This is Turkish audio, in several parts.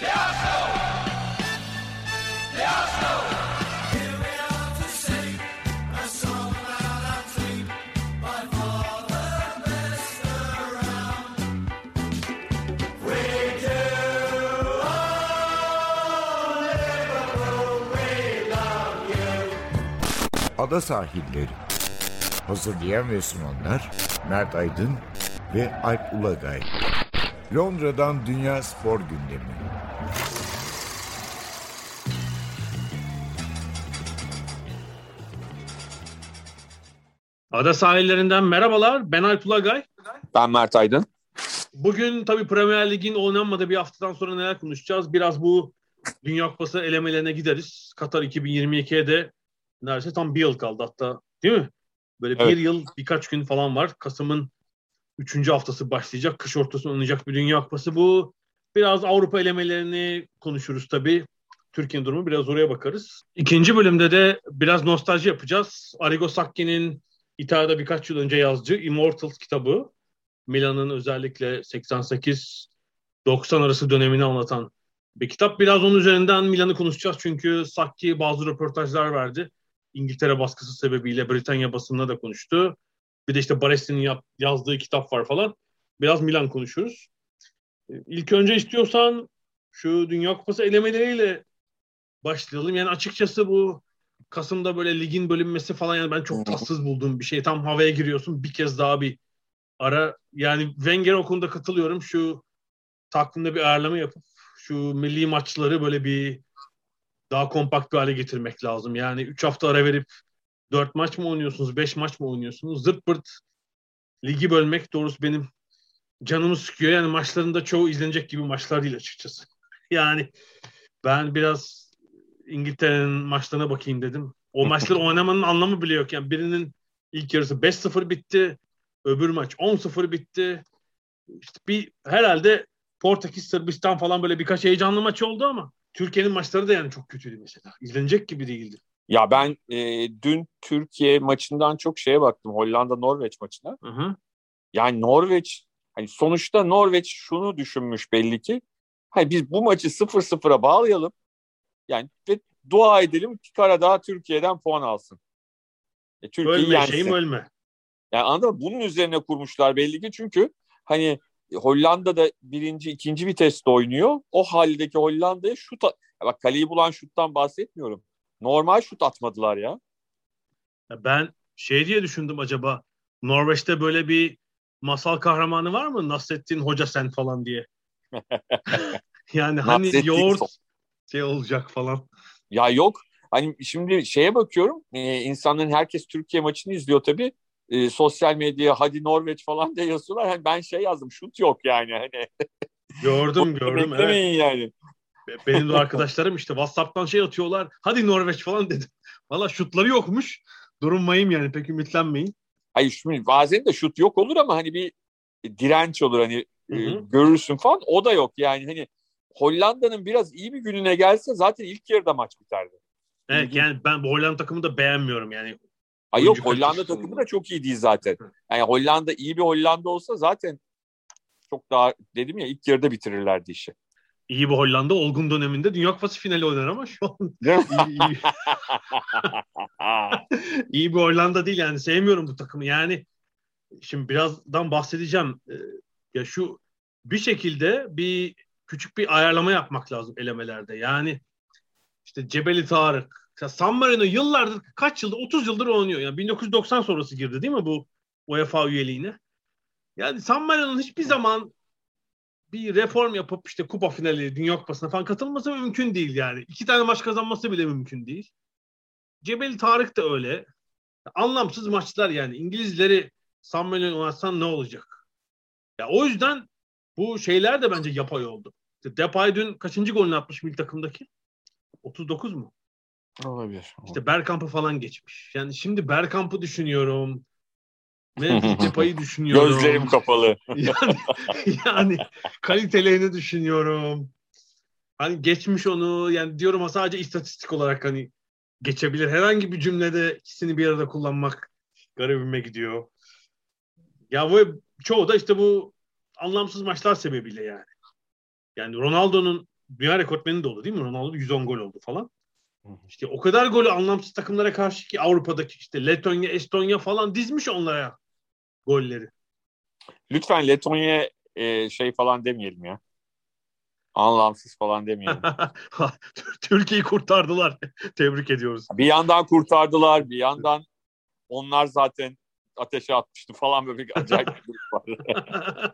Ada Sahilleri. Hazırlayan ve sunanlar Mert Aydın ve Alp Ulagay. Londra'dan Dünya Spor Gündemi. Ada sahillerinden merhabalar. Ben Alp Ulagay. Ben Mert Aydın. Bugün tabii Premier Lig'in oynanmadığı bir haftadan sonra neler konuşacağız? Biraz bu Dünya Kupası elemelerine gideriz. Katar 2022'ye de neredeyse tam bir yıl kaldı hatta, değil mi? Böyle evet. Bir yıl birkaç gün falan var. Kasım'ın 3. haftası başlayacak. Kış ortası oynayacak bir Dünya Kupası bu. Biraz Avrupa elemelerini konuşuruz tabii. Türkiye'nin durumu biraz oraya bakarız. İkinci bölümde de biraz nostalji yapacağız. Arrigo Sacchi'nin İtalya'da birkaç yıl önce yazdığı Immortals kitabı. Milan'ın özellikle 88-90 arası dönemini anlatan bir kitap. Biraz onun üzerinden Milan'ı konuşacağız. Çünkü Sacchi bazı röportajlar verdi. İngiltere baskısı sebebiyle Britanya basınına da konuştu. Bir de işte Baresi'nin yazdığı kitap var falan. Biraz Milan konuşuruz. İlk önce istiyorsan şu Dünya Kupası elemeleriyle başlayalım. Yani açıkçası bu Kasım'da böyle ligin bölünmesi falan, yani ben çok tatsız bulduğum bir şey. Tam havaya giriyorsun, bir kez daha bir ara. Yani Wenger o konuda katılıyorum. Şu takvimde bir ayarlama yapıp şu milli maçları böyle bir daha kompakt bir hale getirmek lazım. Yani 3 hafta ara verip 4 maç mı oynuyorsunuz, 5 maç mı oynuyorsunuz? Zırt pırt ligi bölmek doğrusu benim canımı sıkıyor. Yani maçların da çoğu izlenecek gibi maçlar değil açıkçası. Yani ben biraz İngiltere'nin maçlarına bakayım dedim. O maçları oynamanın anlamı bile yok. Yani birinin ilk yarısı 5-0 bitti. Öbür maç 10-0 bitti. İşte bir herhalde Portekiz, Sırbistan falan böyle birkaç heyecanlı maç oldu ama Türkiye'nin maçları da yani çok kötüydü mesela. İzlenecek gibi değildi. Ya ben dün Türkiye maçından çok şeye baktım. Hollanda-Norveç maçına. Hı. Yani Norveç, hani sonuçta Norveç şunu düşünmüş belli ki. Hani biz bu maçı 0-0'a bağlayalım. Yani ve dua edelim ki Karadağ Türkiye'den puan alsın. Türkiye'yi yensin. Şeyim ölme. Yani anladın mı? Bunun üzerine kurmuşlar belli ki, çünkü hani Hollanda'da birinci, ikinci viteste oynuyor. O haldeki Hollanda'ya şut bak, kaleyi bulan şuttan bahsetmiyorum. Normal şut atmadılar ya. Ben şey diye düşündüm, acaba Norveç'te böyle bir masal kahramanı var mı? Nasrettin Hoca sen falan diye. Yani hani yoğurt şey olacak falan. Ya yok. Hani şimdi şeye bakıyorum. İnsanların, herkes Türkiye maçını izliyor tabii. Sosyal medyaya hadi Norveç falan diye yazıyorlar. Hani ben şey yazdım. Şut yok yani. Hani. Gördüm evet. Yani. Benim de arkadaşlarım işte WhatsApp'tan şey atıyorlar. Hadi Norveç falan dedim. Valla şutları yokmuş. Durunmayayım yani, pek ümitlenmeyin. Hayır, şimdi bazen de şut yok olur ama hani bir direnç olur, hani görürsün falan, o da yok yani. Hani Hollanda'nın biraz iyi bir gününe gelse zaten ilk yarıda maç biterdi. Evet, yani ben bu Hollanda takımını da beğenmiyorum yani. Ay yok, Hollanda takımı da çok iyi değil zaten. Yani Hollanda iyi bir Hollanda olsa zaten çok daha, dedim ya, ilk yarıda bitirirlerdi işi. İyi bir Hollanda olgun döneminde Dünya Kupası finali oynar ama şu an iyi bir Hollanda değil yani, sevmiyorum bu takımı. Yani şimdi birazdan bahsedeceğim. Ya şu bir şekilde bir küçük bir ayarlama yapmak lazım elemelerde. Yani işte Cebeli Tarık, San Marino yıllardır, kaç yıldır, 30 yıldır oynuyor. Yani 1990 sonrası girdi değil mi bu UEFA üyeliğine? Yani San Marino'nun hiçbir zaman bir reform yapıp işte kupa finali, Dünya Kupası'na falan katılması mümkün değil yani. 2 tane maç kazanması bile mümkün değil. Cebeli Tarık da öyle. Anlamsız maçlar yani. İngilizleri San Marino'ya oynatsan ne olacak? Ya o yüzden bu şeyler de bence yapay oldu. İşte Depay dün kaçıncı golünü atmış milli takımdaki? 39 mu? Olabilir. İşte Bergkamp'ı falan geçmiş. Yani şimdi Bergkamp'ı düşünüyorum. Memphis Depay'ı düşünüyorum. Gözlerim kapalı. Yani kalitelerini düşünüyorum. Hani geçmiş onu, yani diyorum, sadece istatistik olarak hani geçebilir. Herhangi bir cümlede ikisini bir arada kullanmak garibime gidiyor. Ya bu çoğu da işte bu anlamsız maçlar sebebiyle yani. Yani Ronaldo'nun dünya rekortmeni de oldu değil mi? Ronaldo 110 gol oldu falan. İşte o kadar golü anlamsız takımlara karşı ki Avrupa'daki işte Letonya, Estonya falan dizmiş onlara golleri. Lütfen Letonya'ya şey falan demeyelim ya. Anlamsız falan demeyelim. Türkiye'yi kurtardılar. Tebrik ediyoruz. Bir yandan kurtardılar, bir yandan onlar zaten ateşe atmıştı falan, böyle bir acayip bir grup var.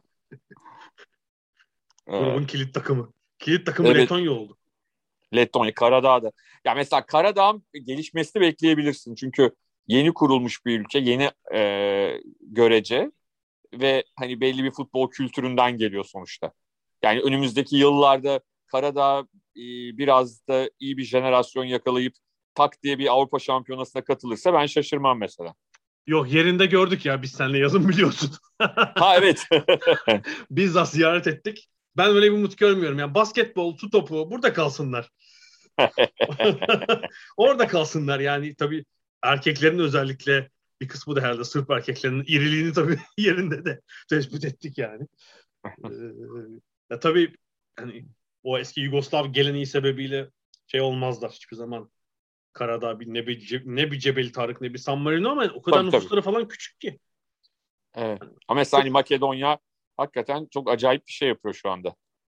Grubun kilit takımı. Kilit takımı evet. Letonya oldu. Letonya, Karadağ'da. Ya mesela Karadağ'ın gelişmesini bekleyebilirsin. Çünkü yeni kurulmuş bir ülke, yeni görece ve hani belli bir futbol kültüründen geliyor sonuçta. Yani önümüzdeki yıllarda Karadağ biraz da iyi bir jenerasyon yakalayıp tak diye bir Avrupa Şampiyonası'na katılırsa ben şaşırmam mesela. Yok, yerinde gördük ya, biz seninle yazın biliyorsun. Ha evet. Bizzat ziyaret ettik. Ben öyle bir umut görmüyorum. Yani basketbol, su topu burada kalsınlar. Orada kalsınlar yani, tabii erkeklerin özellikle bir kısmı da herhalde Sırp erkeklerinin iriliğini tabii yerinde de tespit ettik yani. Ya tabii hani o eski Yugoslav geleneği sebebiyle şey olmazlar hiçbir zaman. Karadağ ne bir Cebeli Tarık ne bir San Marino, ama o kadar tabii, nüfusları falan küçük ki. Evet. Ama mesela hani Makedonya hakikaten çok acayip bir şey yapıyor şu anda.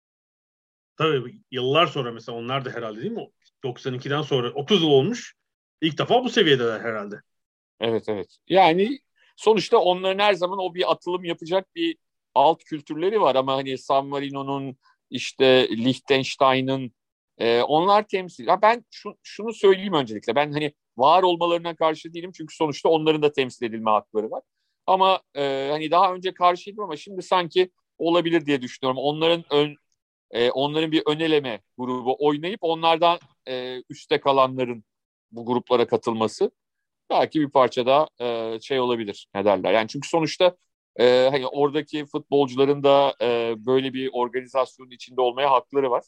Tabii yıllar sonra mesela onlar da herhalde değil mi? 92'den sonra 30 yıl olmuş. İlk defa bu seviyedeler herhalde. Evet. Yani sonuçta onların her zaman o bir atılım yapacak bir alt kültürleri var ama hani San Marino'nun, işte Liechtenstein'ın onlar temsil. Ya ben şunu söyleyeyim öncelikle. Ben hani var olmalarına karşı değilim çünkü sonuçta onların da temsil edilme hakları var. Ama hani daha önce karşıydım ama şimdi sanki olabilir diye düşünüyorum. Onların bir ön eleme grubu oynayıp onlardan üstte kalanların bu gruplara katılması belki bir parça daha şey olabilir, ne derler. Yani çünkü sonuçta hani oradaki futbolcuların da böyle bir organizasyonun içinde olmaya hakları var.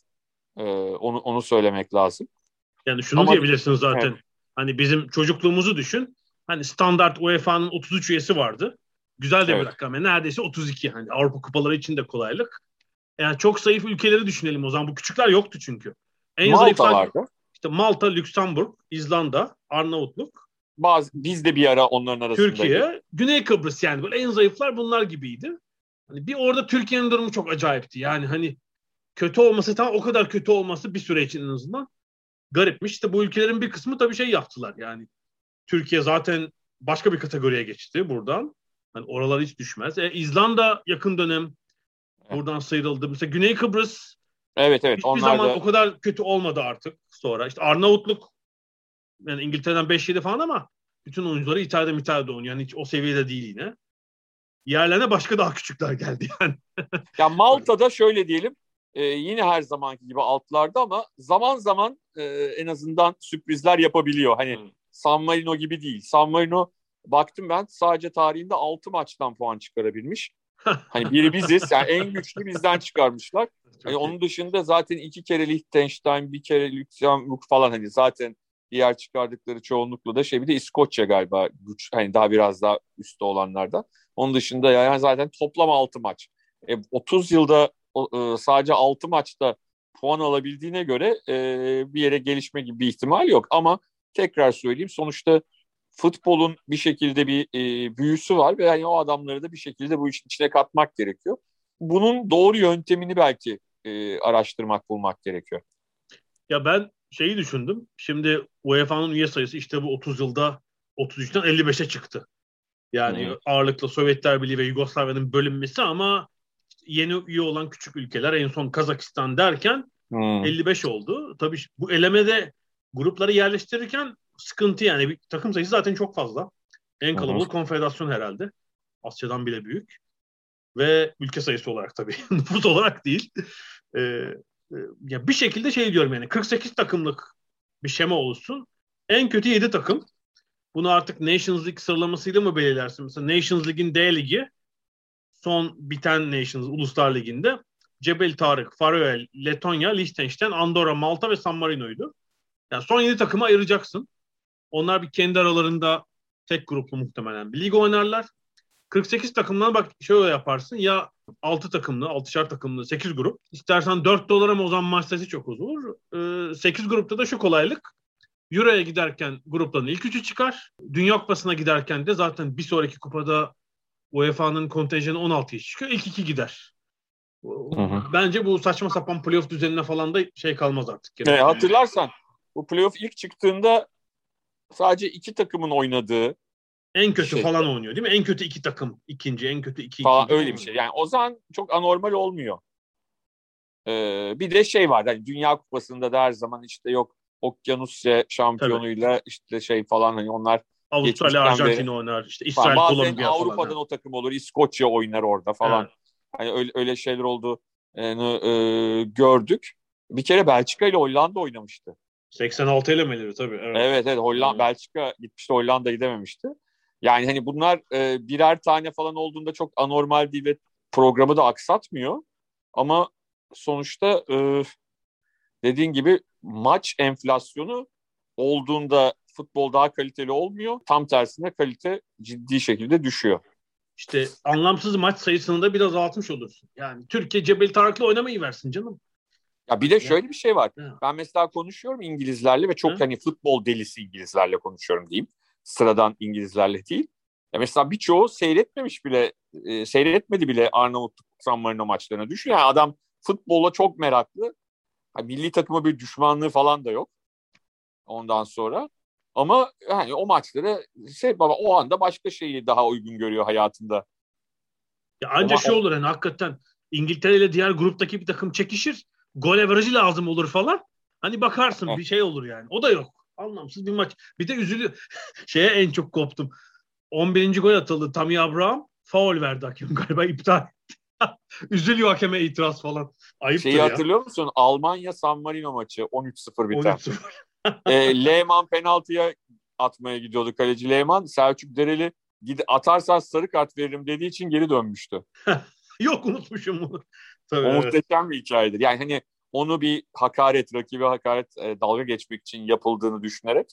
Onu söylemek lazım. Yani şunu Ama diyebilirsin zaten. evet, Hani bizim çocukluğumuzu düşün. Hani standart UEFA'nın 33 üyesi vardı. Güzel de bir evet. rakam. Yani neredeyse 32. Hani Avrupa kupaları için de kolaylık. Yani çok zayıf ülkeleri düşünelim o zaman. Bu küçükler yoktu çünkü. En Malta zayıflar vardı. işte Malta, Lüksemburg, İzlanda, Arnavutluk, Biz de bir ara onların arasındaydık. Türkiye, Güney Kıbrıs, yani böyle en zayıflar bunlar gibiydi. Hani bir orada Türkiye'nin durumu çok acayipti. Yani hani kötü olması, tam o kadar kötü olması bir süre için en azından garipmiş. İşte bu ülkelerin bir kısmı tabii şey yaptılar yani. Türkiye zaten başka bir kategoriye geçti buradan. Hani oralar hiç düşmez. İzlanda yakın dönem buradan sıyrıldı. Mesela Güney Kıbrıs Evet, hiçbir onlar zaman da o kadar kötü olmadı artık sonra. İşte Arnavutluk yani İngiltere'den 5-7 falan, ama bütün oyuncuları İtalya'da oynuyor. Yani hiç o seviyede değil yine. Yerlerine başka daha küçükler geldi yani. ya Malta'da şöyle diyelim, yine her zamanki gibi altlarda ama zaman zaman en azından sürprizler yapabiliyor. Hani San Marino gibi değil. San Marino, baktım ben, sadece tarihinde 6 maçtan puan çıkarabilmiş. Hani biri biziz. Yani en güçlü bizden çıkarmışlar. Hani onun dışında zaten 2 kere Liechtenstein, bir kere Lüksemburg falan, hani zaten diğer çıkardıkları çoğunlukla da bir de İskoçya galiba güç, hani daha biraz daha üstte olanlardan. Onun dışında yani zaten toplam 6 maç. 30 yılda sadece 6 maçta puan alabildiğine göre bir yere gelişme gibi bir ihtimal yok. Ama tekrar söyleyeyim, sonuçta futbolun bir şekilde bir büyüsü var ve yani o adamları da bir şekilde bu işin içine katmak gerekiyor. Bunun doğru yöntemini belki araştırmak, bulmak gerekiyor. Ya ben şeyi düşündüm. Şimdi UEFA'nın üye sayısı işte bu 30 yılda 33'ten 55'e çıktı. Yani ağırlıklı Sovyetler Birliği ve Yugoslavya'nın bölünmesi, ama yeni üye olan küçük ülkeler, en son Kazakistan derken 55 oldu. Tabii bu elemede grupları yerleştirirken sıkıntı, yani bir takım sayısı zaten çok fazla. En kalabalık konfederasyon herhalde. Asya'dan bile büyük. Ve ülke sayısı olarak tabii. Nüfus olarak değil. Ya bir şekilde şey diyorum yani 48 takımlık bir şema oluşsun. En kötü 7 takım. Bunu artık Nations League sıralamasıyla mı belirlersin? Mesela Nations League'in D ligi, son biten Nations Uluslar Ligi'nde Cebel Tarık, Faroe, Letonya, Liechtenstein, Andorra, Malta ve San Marino'ydu. Yani son 7 takımı ayıracaksın. Onlar bir kendi aralarında tek gruplu muhtemelen bir lig oynarlar. 48 takımdan bak şöyle yaparsın. Ya 6 takımlı, 6'şar takımlı 8 grup. İstersen 4 dolara mı o zaman maç sayısı çok olur. 8 grupta da şu kolaylık. Euro'ya giderken grupların ilk üçü çıkar. Dünya Kupası'na giderken de zaten bir sonraki kupada UEFA'nın kontenjanı 16'ya çıkıyor. İlk 2 gider. Hı. Bence bu saçma sapan playoff düzenine falan da şey kalmaz artık. Hatırlarsan bu playoff ilk çıktığında sadece 2 takımın oynadığı en kötü falan oynuyor değil mi? En kötü 2 takım. İkinci, en kötü 2 falan öyle bir şey. Yani o zaman çok anormal olmuyor. Bir de şey var. Hani Dünya Kupası'nda da her zaman işte yok Okyanusya şampiyonuyla tabii. işte şey falan hani onlar Avustralya, Arjantin oynar. İşte İsrail, Kolombiya falan. Bazen Avrupa'dan o takım olur. İskoçya oynar orada falan. Evet. Hani öyle şeyler oldu. Gördük. Bir kere Belçika ile Hollanda oynamıştı. 86 elemeleri tabii. Evet. Belçika gitmişti, Hollanda gidememişti. Yani hani bunlar birer tane falan olduğunda çok anormal değil ve programı da aksatmıyor. Ama sonuçta dediğin gibi maç enflasyonu olduğunda futbol daha kaliteli olmuyor. Tam tersine kalite ciddi şekilde düşüyor. İşte anlamsız maç sayısını da biraz azaltmış olursun. Yani Türkiye Cebeli Tarık'la oynamayı versin canım. Ya bir de şöyle bir şey var. Ben mesela konuşuyorum İngilizlerle ve çok hani futbol delisi İngilizlerle konuşuyorum diyeyim. Sıradan İngilizlerle değil. Ya mesela birçoğu seyretmedi bile Arnavutluk San Marino maçlarına. Düşün yani adam futbola çok meraklı. Milli takıma bir düşmanlığı falan da yok. Ondan sonra. Ama yani o maçları o anda başka şeyi daha uygun görüyor hayatında. Ya ancak şey olur hani hakikaten İngiltere ile diğer gruptaki bir takım çekişir. Gol averajı lazım olur falan. Hani bakarsın bir şey olur yani. O da yok. Anlamsız bir maç. Bir de üzülüyor. Şeye en çok koptum. 11. gol atıldı. Tammy Abraham faul verdi hakem galiba iptal etti. Üzülüyor hakeme itiraz falan. Ayıptır ya. Hatırlıyor musun? Almanya San Marino maçı 13-0 biter. 13-0. Lehmann penaltıya atmaya gidiyordu kaleci Lehmann. Selçuk Dereli atarsan sarı kart veririm dediği için geri dönmüştü. Yok unutmuşum bunu. Tabii, muhteşem bir hikayedir. Yani hani onu bir rakibe hakaret dalga geçmek için yapıldığını düşünerek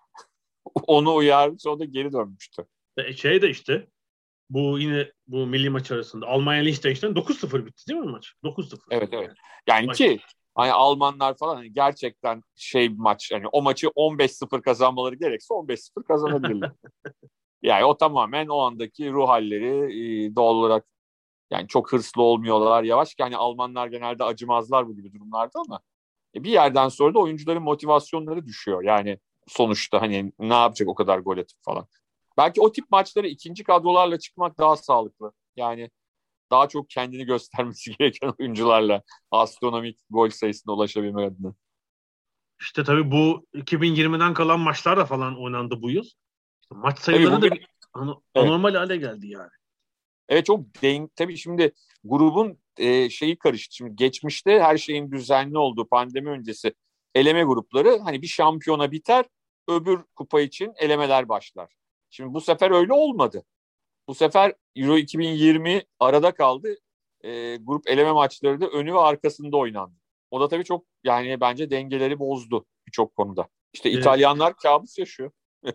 onu uyardı sonra da geri dönmüştü. Şey de işte bu yine bu milli maç arasında Almanya-Liechtenstein 9-0 bitti değil mi maç? 9-0. Evet. Yani ki hani Almanlar falan hani gerçekten bir maç hani o maçı 15-0 kazanmaları gerekse 15-0 kazanabilirler. Yani o tamamen o andaki ruh halleri doğal olarak yani çok hırslı olmuyorlar yavaş ki hani Almanlar genelde acımazlar bu gibi durumlarda ama bir yerden sonra da oyuncuların motivasyonları düşüyor. Yani sonuçta hani ne yapacak o kadar gol atıp falan. Belki o tip maçlara ikinci kadrolarla çıkmak daha sağlıklı. Yani daha çok kendini göstermesi gereken oyuncularla astronomik gol sayısına ulaşabilmek adına. İşte tabii bu 2020'den kalan maçlar da falan oynandı bu yıl. İşte maç sayıları da anormal hale geldi yani. Evet çok tabii şimdi grubun şeyi karıştı. Şimdi geçmişte her şeyin düzenli olduğu pandemi öncesi eleme grupları hani bir şampiyona biter öbür kupa için elemeler başlar. Şimdi bu sefer öyle olmadı. Bu sefer Euro 2020 arada kaldı. Grup eleme maçları da önü ve arkasında oynandı. O da tabii çok yani bence dengeleri bozdu birçok konuda. İşte İtalyanlar kabus yaşıyor.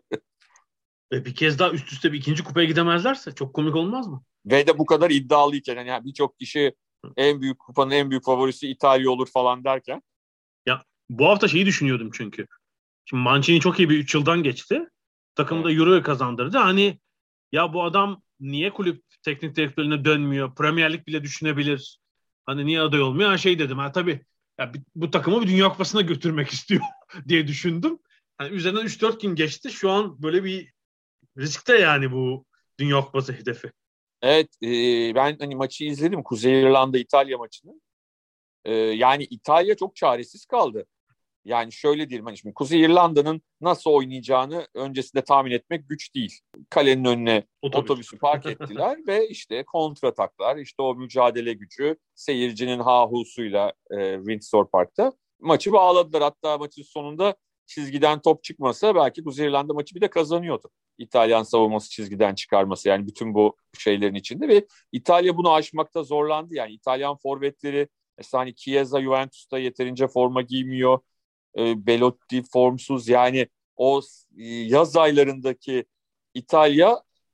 Bir kez daha üst üste bir ikinci kupaya gidemezlerse çok komik olmaz mı? Ve de bu kadar iddialıyken yani birçok kişi en büyük kupanın en büyük favorisi İtalya olur falan derken. Ya bu hafta şeyi düşünüyordum çünkü. Şimdi Mancini çok iyi bir 3 yıldan geçti. Takımda Euro'yu kazandırdı. Hani ya bu adam niye kulüp teknik direktörüne dönmüyor? Premier Lig bile düşünebilir. Hani niye aday olmuyor? Şey dedim. Tabii ya bu takımı bir Dünya Kupası'na götürmek istiyor diye düşündüm. Hani üzerinden 3-4 gün geçti. Şu an böyle bir riskte yani bu Dünya Kupası hedefi. Evet ben hani maçı izledim. Kuzey İrlanda İtalya maçını. Yani İtalya çok çaresiz kaldı. Yani şöyle diyelim hani şimdi Kuzey İrlanda'nın nasıl oynayacağını öncesinde tahmin etmek güç değil. Kalenin önüne otobüsü park ettiler ve işte kontrataklar, işte o mücadele gücü seyircinin hahusuyla Windsor Park'ta maçı bağladılar. Hatta maçın sonunda çizgiden top çıkmasa belki Kuzey İrlanda maçı bir de kazanıyordu. İtalyan savunması çizgiden çıkarması yani bütün bu şeylerin içinde ve İtalya bunu aşmakta zorlandı. Yani İtalyan forvetleri mesela hani Chiesa Juventus'ta yeterince forma giymiyor. Belotti formsuz yani o yaz aylarındaki İtalya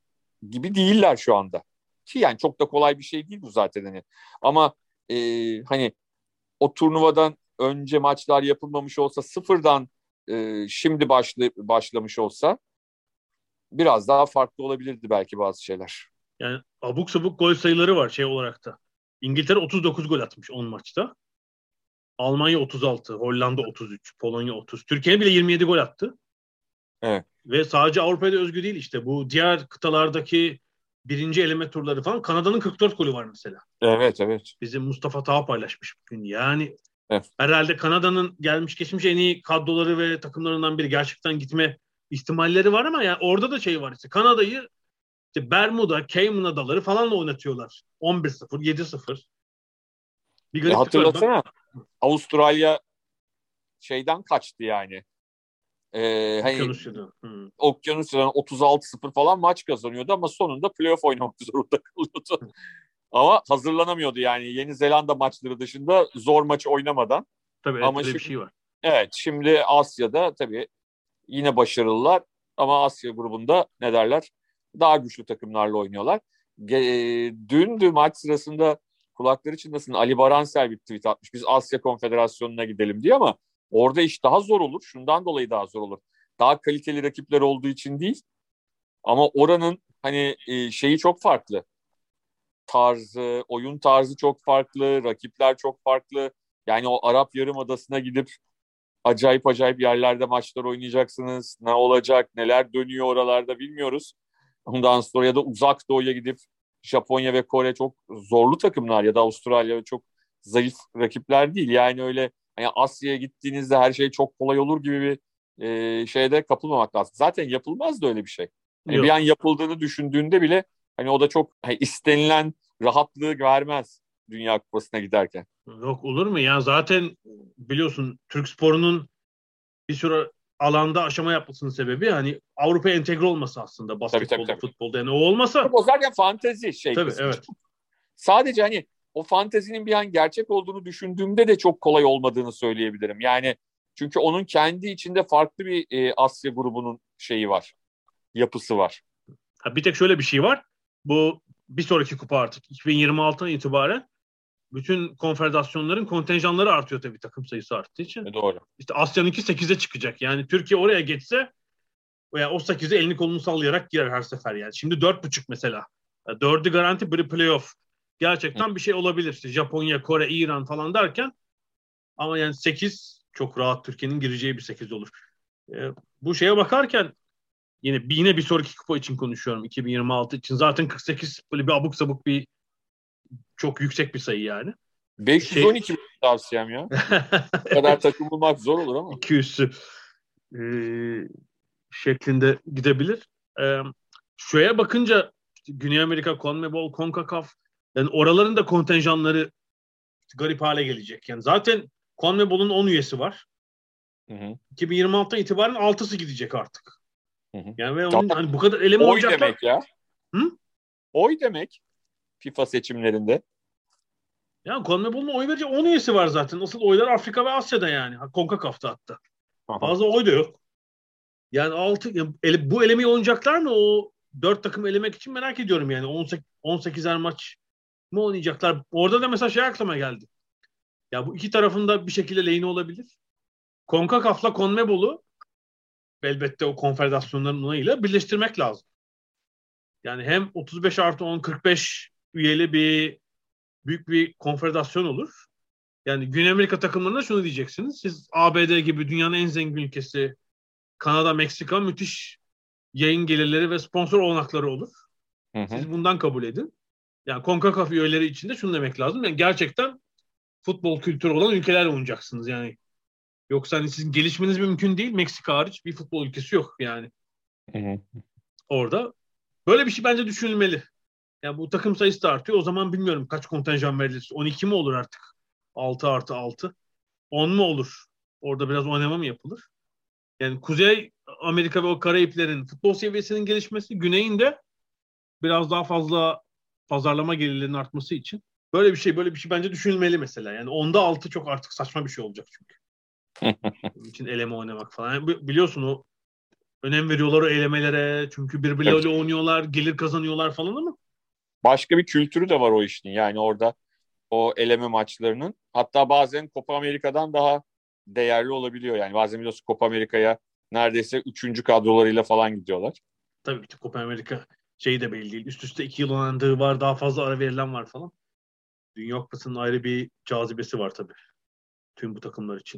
gibi değiller şu anda. Ki yani çok da kolay bir şey değil bu zaten hani. Ama hani o turnuvadan önce maçlar yapılmamış olsa, sıfırdan şimdi başlamış olsa biraz daha farklı olabilirdi belki bazı şeyler. Yani abuk sabuk gol sayıları var şey olarak da. İngiltere 39 gol atmış 10 maçta. Almanya 36, Hollanda 33, Polonya 30. Türkiye bile 27 gol attı. Evet. Ve sadece Avrupa'da özgü değil işte. Bu diğer kıtalardaki birinci eleme turları falan. Kanada'nın 44 golü var mesela. Evet, evet. Bizim Mustafa Taha paylaşmış bugün. Yani Evet. herhalde Kanada'nın gelmiş geçmiş en iyi kadroları ve takımlarından biri. Gerçekten gitme ihtimalleri var ama yani orada da şey var işte. Kanada'yı işte Bermuda, Cayman Adaları falanla oynatıyorlar. 11-0, 7-0. Bir gariplik var. Hatırlasana Avustralya şeyden kaçtı yani. Hani Okyanusya'dan 36-0 falan maç kazanıyordu ama sonunda playoff oynamak zorunda kalıyordu. Ama hazırlanamıyordu yani Yeni Zelanda maçları dışında zor maç oynamadan. Tabii evet, ama öyle şimdi, bir şey var. Evet, şimdi Asya'da tabii yine başarılılar ama Asya grubunda ne derler? Daha güçlü takımlarla oynuyorlar. Dündü maç sırasında kulakları çınlasın Ali Baransel bir tweet atmış. Biz Asya Konfederasyonu'na gidelim diye ama orada iş daha zor olur. Şundan dolayı daha zor olur. Daha kaliteli rakipler olduğu için değil. Ama oranın hani şeyi çok farklı. Oyun tarzı çok farklı, rakipler çok farklı. Yani o Arap Yarımadası'na gidip acayip acayip yerlerde maçlar oynayacaksınız. Ne olacak, neler dönüyor oralarda bilmiyoruz. Ondan sonra ya da Uzak Doğu'ya gidip Japonya ve Kore çok zorlu takımlar ya da Avustralya çok zayıf rakipler değil. Yani öyle hani Asya'ya gittiğinizde her şey çok kolay olur gibi bir şeyde kapılmamak lazım. Zaten yapılmaz da öyle bir şey. Hani bir an yapıldığını düşündüğünde bile hani o da çok hani istenilen rahatlığı vermez Dünya Kupası'na giderken. Yok olur mu ya? Zaten biliyorsun Türk sporunun bir sürü alanda aşama yapmasının sebebi hani Avrupa'ya entegre olması aslında basketbolda, tabii. futbolda. Yani o olmasa... O zaten fantezi Tabii, kısmı. evet. Sadece hani o fantezinin bir an gerçek olduğunu düşündüğümde de çok kolay olmadığını söyleyebilirim. Yani çünkü onun kendi içinde farklı bir Asya grubunun şeyi var, yapısı var. Bir tek şöyle bir şey var. Bu bir sonraki kupa artık 2026'dan itibaren bütün konfederasyonların kontenjanları artıyor tabii takım sayısı arttığı için. Doğru. İşte Asya'nınki 8'e çıkacak. Yani Türkiye oraya geçse veya o 8'e elini kolunu sallayarak girer her sefer yani. Şimdi 4,5 mesela. 4'ü garanti, biri playoff. Gerçekten bir şey olabilir. İşte Japonya, Kore, İran falan derken ama yani 8 çok rahat Türkiye'nin gireceği bir 8 olur. Bu şeye bakarken yine bir sonraki kupa için konuşuyorum. 2026 için. Zaten 48 böyle bir abuk sabuk bir çok yüksek bir sayı yani. 512 tavsiyem ya. Bu kadar takım bulmak zor olur ama. 200'ü şeklinde gidebilir. Şuraya bakınca işte Güney Amerika, CONMEBOL, CONCACAF yani oraların da kontenjanları garip hale gelecek. Yani zaten CONMEBOL'un 10 üyesi var. 2026'dan itibaren 6'sı gidecek artık. Yani ve onun hani bu kadar eleme olacaklar. Oy demek ya. Oy demek FIFA seçimlerinde. Ya CONMEBOL'un oy verecek 10 üyesi var zaten. Asıl oylar Afrika ve Asya'da yani. CONCACAF'ta hatta. Fazla oy da yok. Yani bu elemeyi oynayacaklar mı? O 4 takım elemek için merak ediyorum yani. 18'er maç mı oynayacaklar? Orada da mesela şey aklıma geldi. Ya bu iki tarafında bir şekilde lehine olabilir. CONCACAF'la CONMEBOL'u elbette o konfederasyonların onayıyla birleştirmek lazım. Yani hem 35+10 45 üyeli büyük bir konfederasyon olur. Yani Güney Amerika takımlarına şunu diyeceksiniz. Siz ABD gibi dünyanın en zengin ülkesi, Kanada, Meksika müthiş yayın gelirleri ve sponsor olanakları olur. Siz bundan kabul edin. Yani CONCACAF üyeleri için de şunu demek lazım. Yani gerçekten futbol kültürü olan ülkelerle oynayacaksınız yani. Yoksa hani sizin gelişmeniz mümkün değil. Meksika hariç bir futbol ülkesi yok yani. Orada. Böyle bir şey bence düşünülmeli. Yani bu takım sayısı da artıyor. O zaman bilmiyorum kaç kontenjan verilir. 12 mi olur artık? 6+6. 10 mu olur? Orada biraz oynama mı yapılır? Yani Kuzey Amerika ve o Karayiplerin futbol seviyesinin gelişmesi, Güney'in de biraz daha fazla pazarlama gelirlerinin artması için böyle bir şey bence düşünülmeli mesela. Yani 10'da 6 çok artık saçma bir şey olacak çünkü. Bunun için eleme oynamak falan. Yani biliyorsun o önem veriyorlar o elemelere. Çünkü birbirleriyle oynuyorlar, gelir kazanıyorlar falan ama. Başka bir kültürü de var o işin. Yani orada o eleme maçlarının. Hatta bazen Copa Amerika'dan daha değerli olabiliyor. Yani bazen biliyorsun Copa Amerika'ya neredeyse 3. kadrolarıyla falan gidiyorlar. Tabii ki Copa Amerika şeyi de belli değil. Üst üste 2 yıl oynandığı var. Daha fazla ara verilen var falan. Dünya Kupası'nın ayrı bir cazibesi var tabii. Tüm bu takımlar için.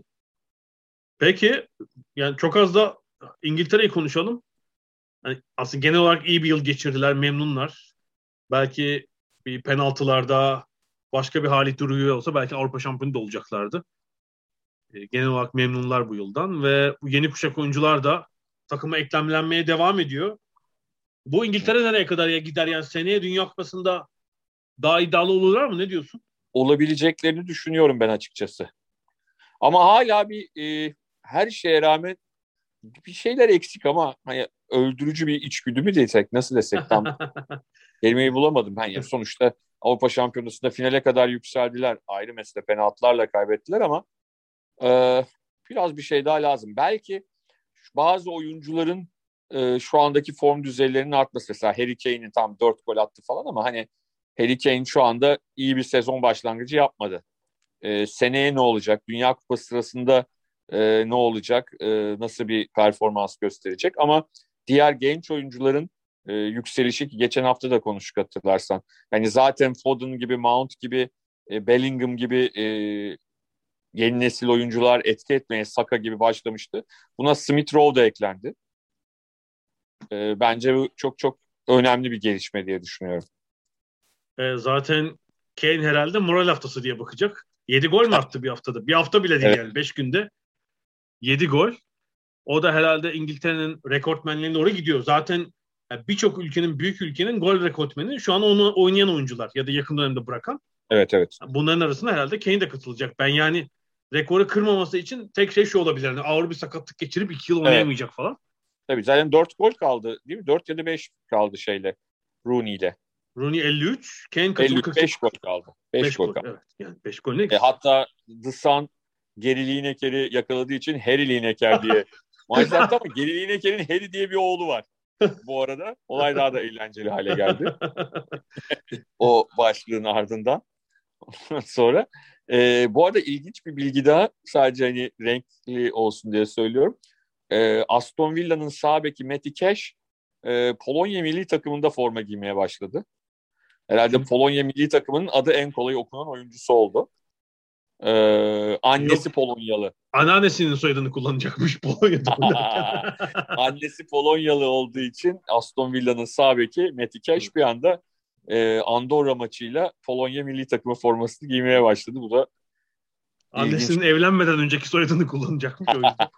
Peki yani çok az da İngiltere'yi konuşalım. Yani aslında genel olarak iyi bir yıl geçirdiler. Memnunlar. Belki bir penaltılarda başka bir Halit Duru'yu olsa belki Avrupa şampiyonu da olacaklardı. Genel olarak memnunlar bu yıldan ve bu yeni kuşak oyuncular da takıma eklemlenmeye devam ediyor. Bu İngiltere nereye kadar gider? Yani seneye Dünya Kupası'nda daha iddialı olurlar mı? Ne diyorsun? Olabileceklerini düşünüyorum ben açıkçası. Ama hala her şeye rağmen bir şeyler eksik ama hani öldürücü bir içgüdü mü desek, nasıl desek, tam kelimeyi bulamadım. Yani sonuçta Avrupa Şampiyonası'nda finale kadar yükseldiler. Ayrı mesele, penaltılarla kaybettiler ama biraz bir şey daha lazım. Belki bazı oyuncuların şu andaki form düzeylerinin artması. Mesela Harry Kane'in tam 4 gol attı falan ama hani Harry Kane şu anda iyi bir sezon başlangıcı yapmadı. Seneye ne olacak? Dünya Kupası sırasında ne olacak? Nasıl bir performans gösterecek? Ama diğer genç oyuncuların yükselişi, ki geçen hafta da konuştuk hatırlarsan. Yani zaten Foden gibi, Mount gibi, Bellingham gibi yeni nesil oyuncular etki etmeye, Saka gibi başlamıştı. Buna Smith Rowe da eklendi. Bence bu çok çok önemli bir gelişme diye düşünüyorum. Zaten Kane herhalde moral haftası diye bakacak. 7 gol mü attı bir haftada? Bir hafta bile değil Evet. yani. 5 günde 7 gol. O da herhalde İngiltere'nin rekortmenliğine doğru gidiyor. Zaten birçok büyük ülkenin gol rekortmeni şu an onu oynayan oyuncular ya da yakın dönemde bırakan. Evet, evet. Bunların arasında herhalde Kane de katılacak. Ben yani rekoru kırmaması için tek şey şu olabilir. Yani ağır bir sakatlık geçirip 2 yıl oynayamayacak falan. Tabii zaten 4 gol kaldı değil mi? 4 ya da 5 kaldı Rooney ile. Rooney 53, Kane katıldı 55 gol kaldı. 5 gol gol kaldı. evet. Yani 5 gol ne? Hatta The Sun Gary Lineker'i yakaladığı için Harry Lineker diye maç yaptı ama Gary Lineker'in Harry diye bir oğlu var. Bu arada olay daha da eğlenceli hale geldi. O başlığın ardından. Sonra. Bu arada ilginç bir bilgi daha, sadece hani renkli olsun diye söylüyorum. Aston Villa'nın sağ beki Matty Cash Polonya milli takımında forma giymeye başladı. Herhalde Polonya milli takımının adı en kolay okunan oyuncusu oldu. Annesi Polonyalı. Anneannesinin soyadını kullanacakmış Polonya'da oynarken. Annesi Polonyalı olduğu için Aston Villa'nın sağ beki Matty Cash bir anda Andorra maçıyla Polonya milli takımı formasını giymeye başladı. Bu da annesinin evlenmeden önceki soyadını kullanacakmış o yüzden.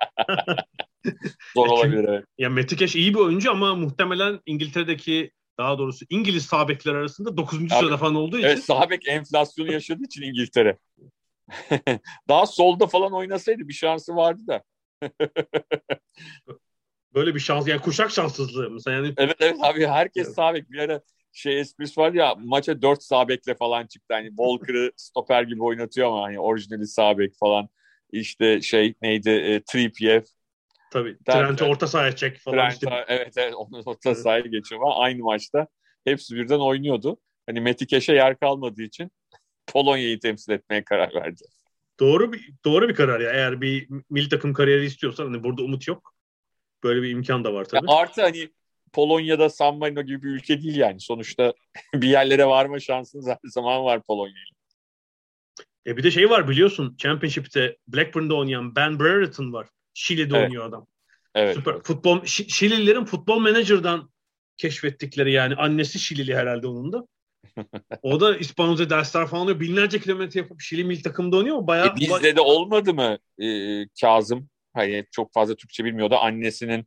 Zor olabilir, evet. Ya Matty Cash iyi bir oyuncu ama muhtemelen İngiltere'deki, daha doğrusu İngiliz sağ bekler arasında 9. sırada falan olduğu için. Evet, sağ bek enflasyonu yaşadığı için İngiltere. Daha solda falan oynasaydı bir şansı vardı da. Böyle bir şans, yani kuşak şanssızlığı mesela. Yani... Evet abi, herkes sağ bek. Bir ara esprisi var ya, maça 4 sağ bekle falan çıktı. Hani Walker'ı stoper gibi oynatıyor ama hani orijinali sağ bek falan. İşte neydi, Trippier. Tabii. Trent'i orta sahaya çek falan. Evet, onu orta sahaya geçiyor ama aynı maçta hepsi birden oynuyordu. Hani Matty Cash'e yer kalmadığı için Polonya'yı temsil etmeye karar verdi. Doğru bir karar ya. Eğer bir milli takım kariyeri istiyorsan, hani burada umut yok. Böyle bir imkan da var tabii. Artı hani Polonya'da San Marino gibi bir ülke değil yani. Sonuçta bir yerlere varma şansınız her zaman var Polonya'yla. Bir de var biliyorsun, Championship'te Blackburn'da oynayan Ben Brereton var. Şili'de oynuyor adam. Evet. Süper. Futbol, Şilililerin futbol menajerden keşfettikleri, yani annesi Şilili herhalde onun da. O da İspanyolca dersler falan alıyor. Binlerce kilometre yapıp Şili milli takımda oynuyor. Bizde de olmadı mı Kazım? Hani çok fazla Türkçe bilmiyordu. Annesinin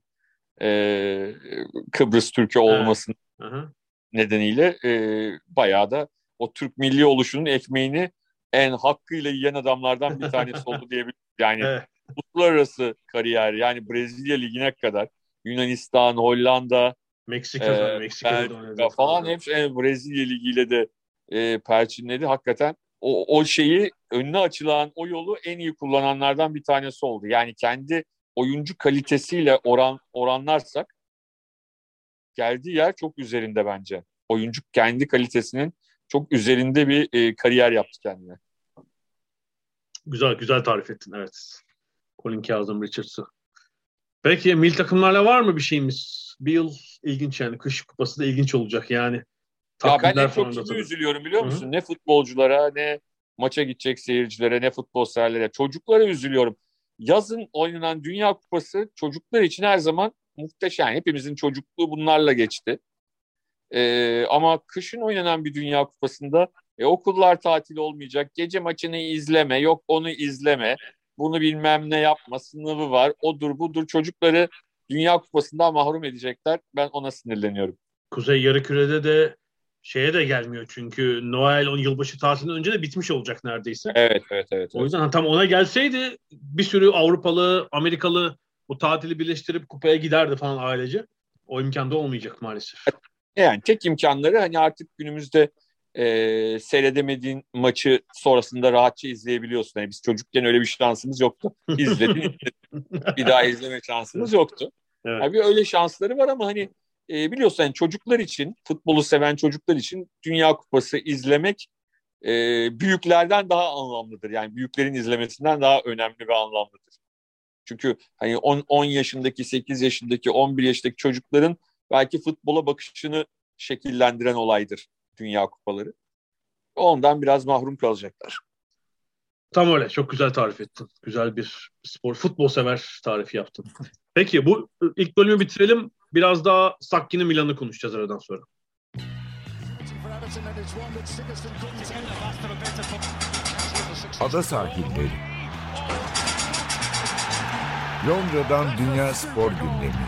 Kıbrıs Türk'ü olmasının nedeniyle bayağı da o Türk milli oluşunun ekmeğini en hakkıyla yiyen adamlardan bir tanesi oldu diyebilirim. Yani uluslararası kariyer, yani Brezilya Ligi'ne kadar, Yunanistan, Hollanda, Meksika'da falan hepsi Brezilya Ligi'yle de perçinledi. Hakikaten o şeyi, önüne açılan o yolu en iyi kullananlardan bir tanesi oldu. Yani kendi oyuncu kalitesiyle oranlarsak geldiği yer çok üzerinde bence. Oyuncu kendi kalitesinin çok üzerinde bir kariyer yaptı kendine. Güzel tarif ettin, evet. Colin Kazım Richards'ı. Peki milli takımlarla var mı bir şeyimiz? Bir yıl ilginç yani. Kış kupası da ilginç olacak yani. Ya ben en çok kimi üzülüyorum biliyor musun? Hı-hı. Ne futbolculara, ne maça gidecek seyircilere, ne futbol severlere. Çocuklara üzülüyorum. Yazın oynanan Dünya Kupası çocuklar için her zaman muhteşem. Hepimizin çocukluğu bunlarla geçti. Ama kışın oynanan bir Dünya Kupası'nda okullar tatil olmayacak. Gece maçını izleme, yok onu izleme. Bunu bilmem ne yapma, sınavı var. Odur budur, çocukları Dünya Kupası'ndan mahrum edecekler. Ben ona sinirleniyorum. Kuzey Yarımküre'de de şeye de gelmiyor çünkü Noel, yılbaşı tatilinden önce de bitmiş olacak neredeyse. Evet. O yüzden tam ona gelseydi bir sürü Avrupalı, Amerikalı bu tatili birleştirip kupaya giderdi falan ailece. O imkan da olmayacak maalesef. Yani tek imkanları hani artık günümüzde seyredemediğin maçı sonrasında rahatça izleyebiliyorsun. Yani biz çocukken öyle bir şansımız yoktu. İzledin, bir daha izleme şansımız yoktu. Evet. Yani öyle şansları var ama hani biliyorsun yani çocuklar için, futbolu seven çocuklar için Dünya Kupası izlemek büyüklerden daha anlamlıdır. Yani büyüklerin izlemesinden daha önemli ve anlamlıdır. Çünkü hani 10 yaşındaki, 8 yaşındaki, 11 yaşındaki çocukların belki futbola bakışını şekillendiren olaydır Dünya Kupaları. Ondan biraz mahrum kalacaklar. Tam öyle. Çok güzel tarif ettin. Güzel bir futbol sever tarifi yaptın. Peki bu ilk bölümü bitirelim. Biraz daha Sakki'nin Milan'ı konuşacağız aradan sonra. Ada sahilleri. Londra'dan Dünya Spor Gündemi.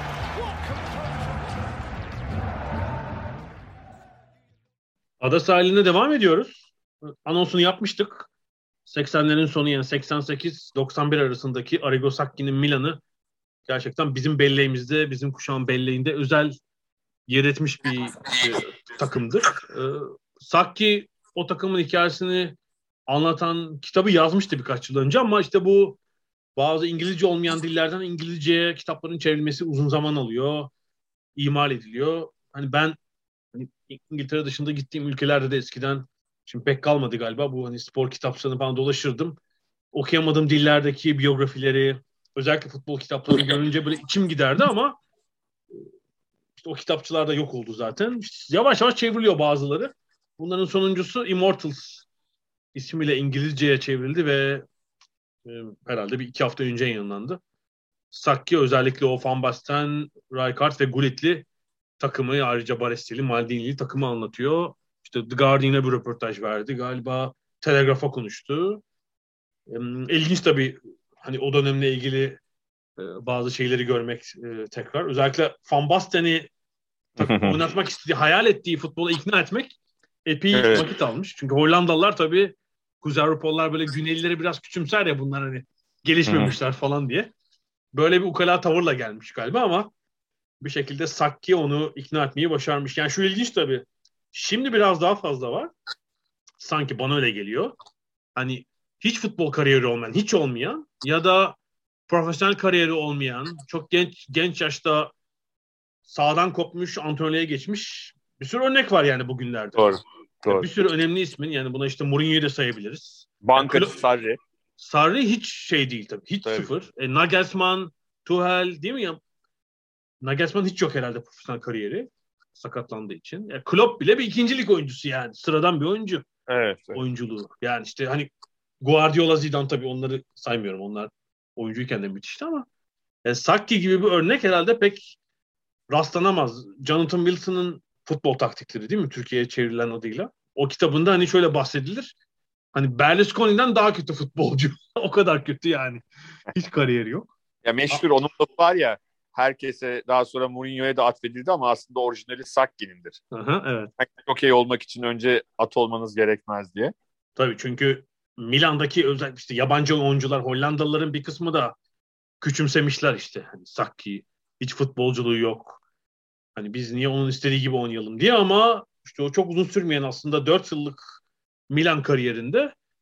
Ada sahiline devam ediyoruz. Anonsunu yapmıştık. 80'lerin sonu yani 88-91 arasındaki Arrigo Sacchi'nin Milan'ı gerçekten bizim belleğimizde, bizim kuşağın belleğinde özel yer etmiş bir takımdır. Sacchi o takımın hikayesini anlatan kitabı yazmıştı birkaç yıl önce ama işte bu bazı İngilizce olmayan dillerden İngilizceye kitapların çevrilmesi uzun zaman alıyor, imal ediliyor. Hani ben İngiltere dışında gittiğim ülkelerde de eskiden, şimdi pek kalmadı galiba, bu hani spor kitaplarını falan dolaşırdım. Okuyamadığım dillerdeki biyografileri, özellikle futbol kitaplarını görünce böyle içim giderdi ama işte o kitapçılar da yok oldu zaten. İşte yavaş yavaş çevriliyor bazıları. Bunların sonuncusu Immortals ismiyle İngilizceye çevrildi ve herhalde bir 2 hafta önce yayınlandı. Sacchi özellikle o Van Basten, Rijkaard ve Gullit'li takımı, ayrıca Baresti'li, Maldini'li takımı anlatıyor. İşte The Guardian'a bir röportaj verdi. Galiba Telegraph'a konuştu. İlginç tabii hani o dönemle ilgili bazı şeyleri görmek tekrar. Özellikle Van Basten'i oynatmak istediği, hayal ettiği futbola ikna etmek epey vakit almış. Çünkü Hollandalılar tabii, Kuzey Avrupalılar böyle Güneylileri biraz küçümser ya, bunlar hani gelişmemişler falan diye. Böyle bir ukala tavırla gelmiş galiba ama bir şekilde Sacchi onu ikna etmeyi başarmış. Yani şu ilginç tabii. Şimdi biraz daha fazla var. Sanki bana öyle geliyor. Hani hiç futbol kariyeri olmayan, hiç olmayan ya da profesyonel kariyeri olmayan, çok genç yaşta sağdan kopmuş, antrenörlüğe geçmiş bir sürü örnek var yani bugünlerde. Doğru. Bir sürü önemli ismin, yani buna işte Mourinho'yu da sayabiliriz. Bankacı Sarri. Sarri hiç şey değil tabii. Hiç sıfır. Nagelsmann, Tuchel değil mi ya? Nagelsmann hiç yok herhalde profesyonel kariyeri. Sakatlandığı için. Klopp bile bir ikincilik oyuncusu yani. Sıradan bir oyuncu. Evet. Oyunculuğu. Yani işte hani Guardiola, Zidane tabii onları saymıyorum. Onlar oyuncuyken de müthişti ama Sacchi gibi bir örnek herhalde pek rastlanamaz. Jonathan Wilson'ın futbol taktikleri değil mi? Türkiye'ye çevrilen adıyla. O kitabında hani şöyle bahsedilir. Hani Berlusconi'den daha kötü futbolcu. O kadar kötü yani. Hiç kariyeri yok. Ya meşhur onun da var ya, herkese daha sonra Mourinho'ya da atfedildi ama aslında orijinali Sacchi'nindir. Evet. Okey olmak için önce at olmanız gerekmez diye. Tabii çünkü Milan'daki özellikle işte yabancı oyuncular, Hollandalıların bir kısmı da küçümsemişler işte. Hani Sacchi hiç futbolculuğu yok. Hani biz niye onun istediği gibi oynayalım diye, ama işte o çok uzun sürmeyen aslında 4 yıllık Milan kariyerinde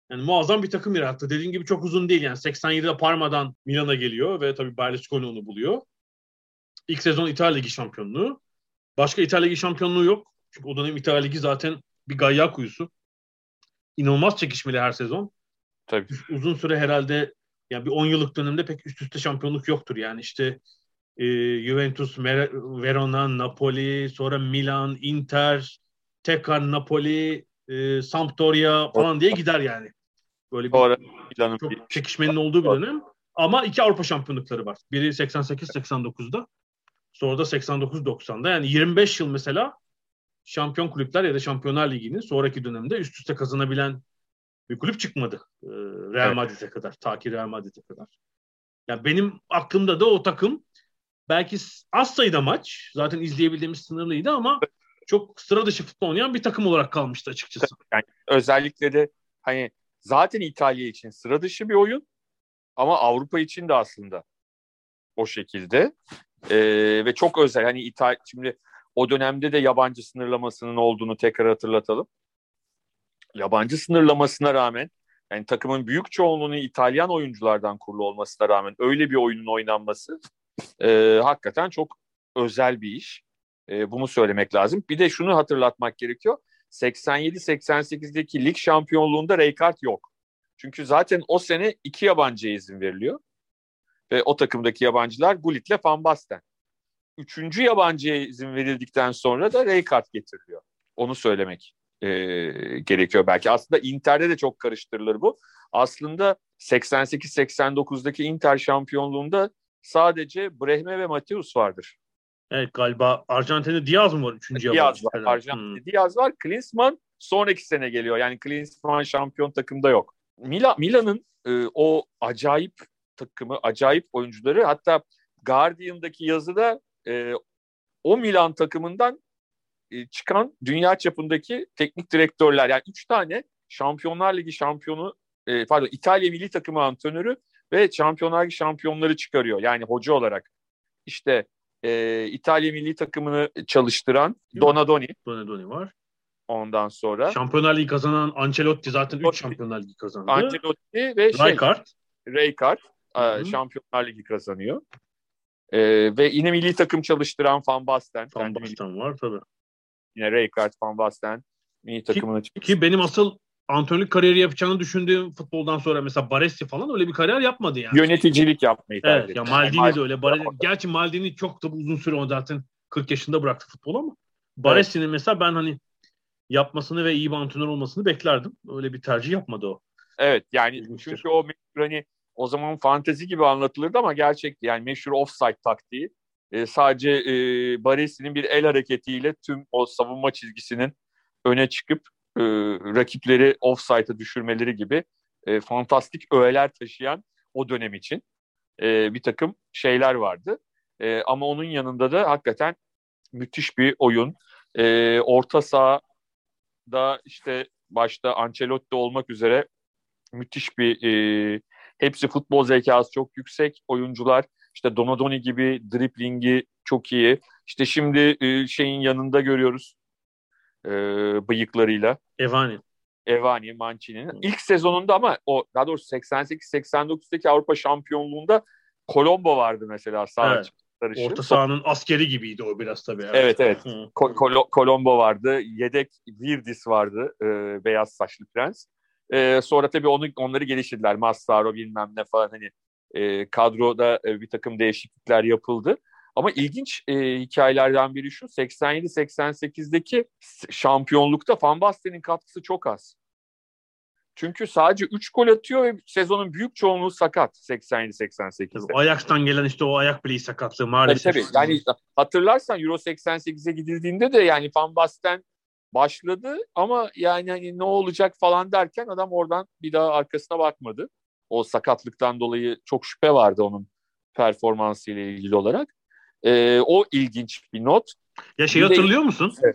Yani muazzam bir takım yarattı. Dediğim gibi çok uzun değil yani. 87'de Parma'dan Milan'a geliyor ve tabii Berlusconi onu buluyor. İlk sezon İtalya Ligi şampiyonluğu. Başka İtalya Ligi şampiyonluğu yok. Çünkü o dönem İtalya Ligi zaten bir gayya kuyusu. İnanılmaz çekişmeli her sezon. Tabii. Uzun süre herhalde yani bir 10 yıllık dönemde pek üst üste şampiyonluk yoktur. Yani işte Juventus, Verona, Napoli, sonra Milan, Inter, tekrar Napoli, Sampdoria falan diye gider yani. Böyle bir çok çekişmenin olduğu bir dönem. Ama 2 Avrupa şampiyonlukları var. Biri 88-89'da. Sonra da 89-90'da. Yani 25 yıl mesela şampiyon kulüpler ya da Şampiyonlar Ligi'nin sonraki dönemde üst üste kazanabilen bir kulüp çıkmadı. Real Madrid'e kadar. Ta ki Real Madrid'e kadar. Yani benim aklımda da o takım belki az sayıda maç. Zaten izleyebildiğimiz sınırlıydı ama çok sıra dışı futbol oynayan bir takım olarak kalmıştı açıkçası. Yani özellikle de hani zaten İtalya için sıra dışı bir oyun ama Avrupa için de aslında o şekilde. Ve çok özel. Hani şimdi o dönemde de yabancı sınırlamasının olduğunu tekrar hatırlatalım. Yabancı sınırlamasına rağmen yani takımın büyük çoğunluğunu İtalyan oyunculardan kurulu olmasına rağmen öyle bir oyunun oynanması hakikaten çok özel bir iş. Bunu söylemek lazım. Bir de şunu hatırlatmak gerekiyor. 87-88'deki lig şampiyonluğunda Rijkaard yok. Çünkü zaten o sene 2 yabancıya izin veriliyor. Ve o takımdaki yabancılar Gullit'le Van Basten. 3. yabancıya izin verildikten sonra da Rijkaard getiriliyor. Onu söylemek gerekiyor belki. Aslında Inter'de de çok karıştırılır bu. Aslında 88-89'daki Inter şampiyonluğunda sadece Brehme ve Mateus vardır. Evet galiba Arjantin'de Diaz mı var? 3. Diaz var. Arjantin'de Diaz var. Klinsmann sonraki sene geliyor. Yani Klinsmann şampiyon takımda yok. Milan'ın o acayip takımı, acayip oyuncuları, hatta Guardian'daki yazıda o Milan takımından çıkan dünya çapındaki teknik direktörler, yani 3 tane Şampiyonlar Ligi şampiyonu, İtalya milli takımı antrenörü ve Şampiyonlar Ligi şampiyonları çıkarıyor. Yani hoca olarak işte İtalya milli takımını çalıştıran Donadoni var. Ondan sonra Şampiyonlar Ligi kazanan Ancelotti zaten 3 Şampiyonlar Ligi kazandı. Ancelotti ve Rijkaard Şampiyonlar Ligi kazanıyor. Ve yine milli takım çalıştıran Van Basten. Van Basten var tabii. Yine Rijkaard, Van Basten milli takımını ki benim asıl antrenörlük kariyeri yapacağını düşündüğüm futboldan sonra mesela Baresi falan öyle bir kariyer yapmadı yani. Yöneticilik yapmayı tercih etti. Evet, ya Maldini de öyle. Gerçi Maldini çok da uzun süre o zaten 40 yaşında bıraktı futbolu ama Baresi'nin mesela ben hani yapmasını ve iyi bir antrenör olmasını beklerdim. Öyle bir tercih yapmadı o. Evet yani çünkü o hani o zaman fantezi gibi anlatılırdı ama gerçekti. Yani meşhur offside taktiği. Sadece Baresi'nin bir el hareketiyle tüm o savunma çizgisinin öne çıkıp rakipleri offside'a düşürmeleri gibi fantastik öğeler taşıyan o dönem için bir takım şeyler vardı. Ama onun yanında da hakikaten müthiş bir oyun. Orta sahada işte başta Ancelotti olmak üzere müthiş bir hepsi futbol zekası çok yüksek oyuncular. İşte Donadoni gibi driblingi çok iyi. İşte şimdi şeyin yanında görüyoruz bıyıklarıyla. Evani, Mancini'nin. İlk sezonunda ama daha doğrusu 88-89'daki Avrupa şampiyonluğunda Colombo vardı mesela sağ sarışı. Orta sahanın askeri gibiydi o biraz tabii. Evet. Colombo vardı. Yedek Virdis vardı. Beyaz saçlı prens. Sonra tabii onları geliştirdiler. Massaro bilmem ne falan, hani kadroda bir takım değişiklikler yapıldı. Ama ilginç hikayelerden biri şu: 87-88'deki şampiyonlukta Van Basten'in katkısı çok az. Çünkü sadece 3 gol atıyor ve sezonun büyük çoğunluğu sakat 87-88'de. Ajax'tan gelen işte o ayak bileği sakatlığı maalesef. Tabii. Yani hatırlarsan Euro 88'e gidildiğinde de yani Van Basten başladı ama yani hani ne olacak falan derken adam oradan bir daha arkasına bakmadı. O sakatlıktan dolayı çok şüphe vardı onun performansıyla ilgili olarak. O ilginç bir not. Ya hatırlıyor musun? Evet.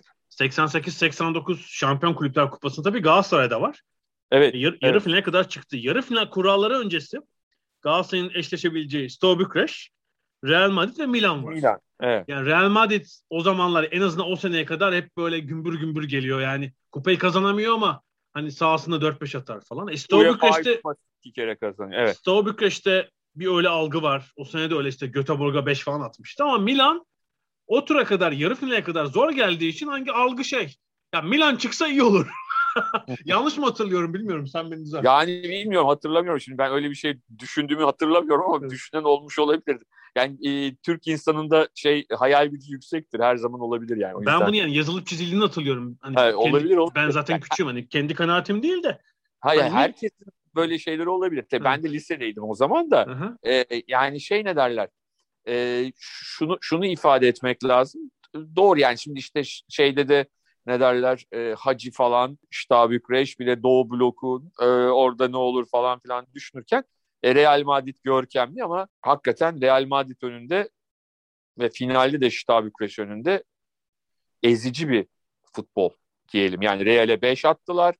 88-89 Şampiyon Kulüpler Kupası tabii Galatasaray'da var. Evet. Yarı finale kadar çıktı. Yarı final kuralları öncesi Galatasaray'ın eşleşebileceği Steaua Bükreş, Real Madrid ve Milan var. Evet. Yani Real Madrid o zamanlar en azından o seneye kadar hep böyle gümbür gümbür geliyor. Yani kupayı kazanamıyor ama hani sahasında 4-5 atar falan. Steaua Bükreş'te iki kere kazanıyor. Evet. Steaua Bükreş'te bir öyle algı var. O sene de öyle işte Göteborg'a 5 falan atmıştı ama Milan o tura kadar, yarı finale kadar zor geldiği için hangi algı şey? Ya Milan çıksa iyi olur. Yanlış mı hatırlıyorum bilmiyorum. Sen beni düzelt. Yani bilmiyorum, hatırlamıyorum. Şimdi ben öyle bir şey düşündüğümü hatırlamıyorum ama düşünen olmuş olabilir. Yani Türk insanında hayal gücü yüksektir. Her zaman olabilir yani. O ben yüzden... bunu yani yazılıp çizildiğini hatırlıyorum. Hani olabilir. ben zaten küçüğüm. Hani kendi kanaatim değil de. Hayır, hani herkesin böyle şeyleri olabilir. Tabii ben de lisedeydim o zaman da. Yani ne derler? Şunu ifade etmek lazım. Doğru yani, şimdi işte şeyde de ne derler, Hacı falan, Steaua Bükreş, bir de Doğu bloku, orada ne olur falan filan düşünürken Real Madrid görkemli ama hakikaten Real Madrid önünde ve finalde de Steaua Bükreş önünde ezici bir futbol diyelim. Yani Real'e 5 attılar.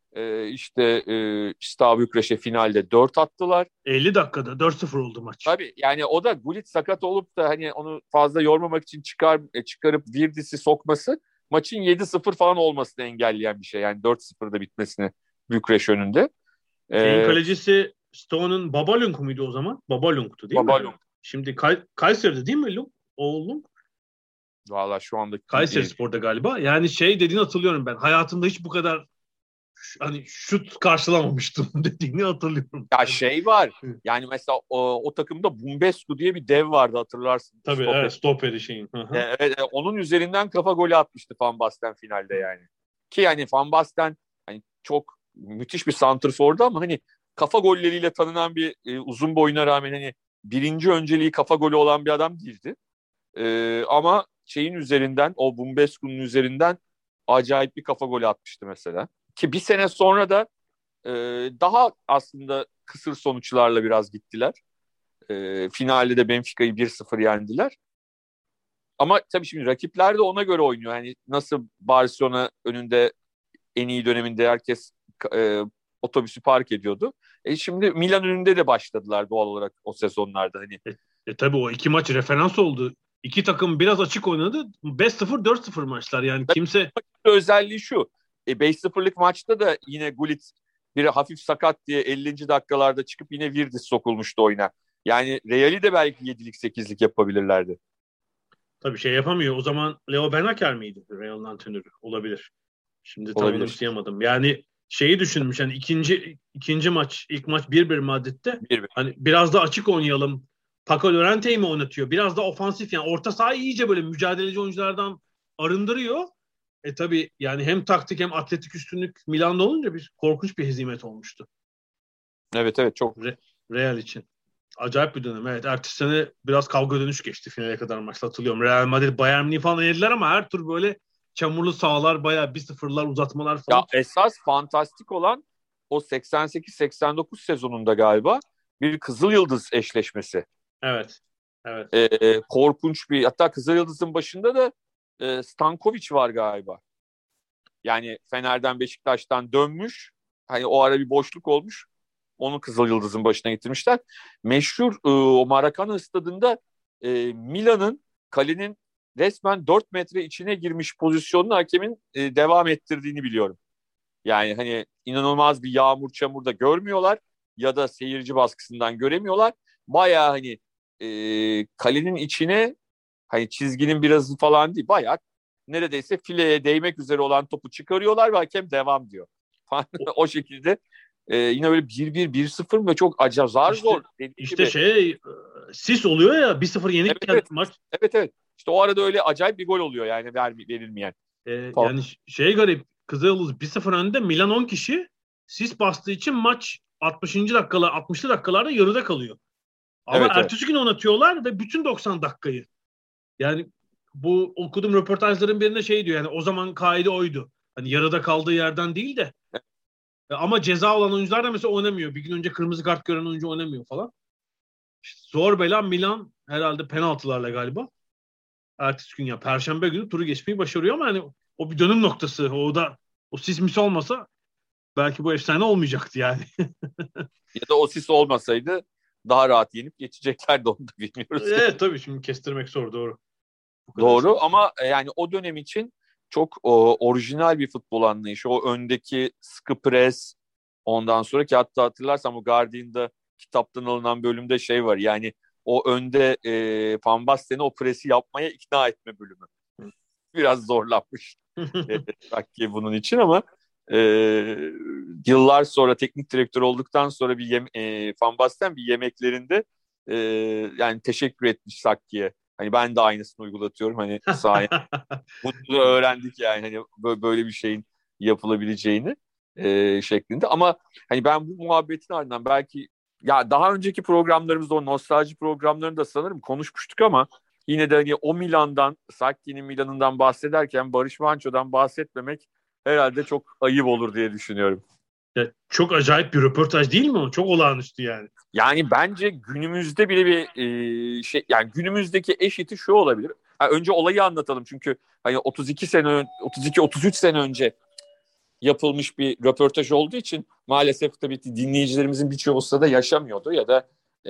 Steaua Bükreş'e finalde 4 attılar. 50 dakikada 4-0 oldu maç. Tabii yani o da Gullit sakat olup da hani onu fazla yormamak için çıkarıp Virdis'i sokması maçın 7-0 falan olmasını engelleyen bir şey. Yani 4-0'da bitmesini Bükreş önünde. Şeyin kalecisi Stone'un Babalunk muydu o zaman? Babalunk'tu değil mi? Şimdi Kayseri'de değil mi Lunk? Oğlum. Valla şu anda Kayserispor'da galiba. Yani dediğini hatırlıyorum ben. Hayatımda hiç bu kadar hani şut karşılamamıştım dediğini hatırlıyorum. Ya var. Yani mesela o takımda Bumbescu diye bir dev vardı, hatırlarsın. Tabii stoperi şeyin. Evet, onun üzerinden kafa golü atmıştı Van Basten finalde yani. Ki yani Van Basten hani çok müthiş bir santrfordu ama hani kafa golleriyle tanınan bir uzun boyuna rağmen hani birinci önceliği kafa golü olan bir adam değildi. Ama üzerinden, o Bumbescu'nun üzerinden acayip bir kafa golü atmıştı mesela. Ki bir sene sonra da daha aslında kısır sonuçlarla biraz gittiler. Finalde de Benfica'yı 1-0 yendiler. Ama tabii şimdi rakipler de ona göre oynuyor. Yani nasıl Barcelona önünde en iyi döneminde herkes otobüsü park ediyordu. Şimdi Milan önünde de başladılar doğal olarak o sezonlarda. Hani. Tabii o iki maç referans oldu. İki takım biraz açık oynadı. 5-0, 4-0 maçlar yani kimse... Özelliği şu. 5-0'lık maçta da yine Gullit biri hafif sakat diye 50. dakikalarda çıkıp yine Virdis sokulmuştu oyuna. Yani Real'i de belki 7'lik 8'lik yapabilirlerdi. Tabii yapamıyor. O zaman Leo Benacer miydi? Real'ın antrenörü. Olabilir. Şimdi tam anımsayamadım. Yani düşünmüş. Yani ikinci maç, ilk maç 1-1 Madrid'de. 1-1. Hani biraz da açık oynayalım. Paco Llorente'yi mi oynatıyor? Biraz da ofansif, yani orta sahayı iyice böyle mücadeleci oyunculardan arındırıyor. Tabii yani hem taktik hem atletik üstünlük Milan'da olunca korkunç bir hezimet olmuştu. Evet çok. Real için. Acayip bir dönem. Evet, ertesi sene biraz kavga dönüş geçti finale kadar maçta, hatırlıyorum. Real Madrid, Bayern Münih falan yediler ama her tur böyle çamurlu sahalar, bayağı 1-0'lar, uzatmalar falan. Ya esas fantastik olan o 88-89 sezonunda galiba bir Kızıl Yıldız eşleşmesi. Evet. Korkunç bir, hatta Kızıl Yıldız'ın başında da Stankovic var galiba. Yani Fener'den, Beşiktaş'tan dönmüş. Hani o ara bir boşluk olmuş. Onu Kızıl Yıldız'ın başına getirmişler. Meşhur o Maracana stadında Milan'ın kalenin resmen 4 metre içine girmiş pozisyonunu hakemin devam ettirdiğini biliyorum. Yani hani inanılmaz bir yağmur çamur da görmüyorlar ya da seyirci baskısından göremiyorlar. Bayağı hani kalenin içine, hani çizginin birazı falan değil, bayağı neredeyse fileye değmek üzere olan topu çıkarıyorlar ve hakem devam diyor. O şekilde yine böyle 1-1, 1-0 ve çok acayip zor. sis oluyor ya, 1-0 yenikken maç. Evet. İşte o arada öyle acayip bir gol oluyor yani verilmeyen. Yani garip. Kızılyıldız 1-0 önde, Milan 10 kişi. Sis bastığı için maç 60'lı dakikalarda yarıda kalıyor. Ama ertesi gün oynatıyorlar ve bütün 90 dakikayı. Yani bu okuduğum röportajların birinde diyor, yani o zaman kaide oydu. Hani yarıda kaldığı yerden değil de. Ama ceza olan oyuncular da mesela oynamıyor. Bir gün önce kırmızı kart gören oyuncu oynamıyor falan. Zor bela Milan herhalde penaltılarla galiba. Ertesi gün, ya Perşembe günü turu geçmeyi başarıyor ama hani o bir dönüm noktası. O sis olmasa belki bu efsane olmayacaktı yani. Ya da o sis olmasaydı daha rahat yenip geçeceklerdi, onu da bilmiyoruz. Evet tabii, şimdi kestirmek zor, doğru. Doğru ama yani o dönem için çok orijinal bir futbol anlayışı. O öndeki sıkı pres, ondan sonra ki hatta hatırlarsan bu Guardian'da kitaptan alınan bölümde şey var. Yani o önde Van Basten'i o presi yapmaya ikna etme bölümü. Biraz zorlanmış Sakki bunun için ama yıllar sonra teknik direktör olduktan sonra Van Basten bir yemeklerinde yani teşekkür etmiş Sakki'ye. Hani ben de aynısını uygulatıyorum. Hani sahaya bunu öğrendik yani hani böyle bir şeyin yapılabileceğini şeklinde. Ama hani ben bu muhabbetin ardından belki ya daha önceki programlarımızda o nostalji programlarında sanırım konuşmuştuk ama yine de hani o Milan'dan, Sakki'nin Milan'ından bahsederken Barış Manço'dan bahsetmemek herhalde çok ayıp olur diye düşünüyorum. Ya, çok acayip bir röportaj değil mi o? Çok olağanüstü yani. Yani bence günümüzde bile bir yani günümüzdeki eşiti şu olabilir. Önce olayı anlatalım çünkü hani 32-33 sene önce yapılmış bir röportaj olduğu için maalesef tabii dinleyicilerimizin birçoğu da yaşamıyordu ya da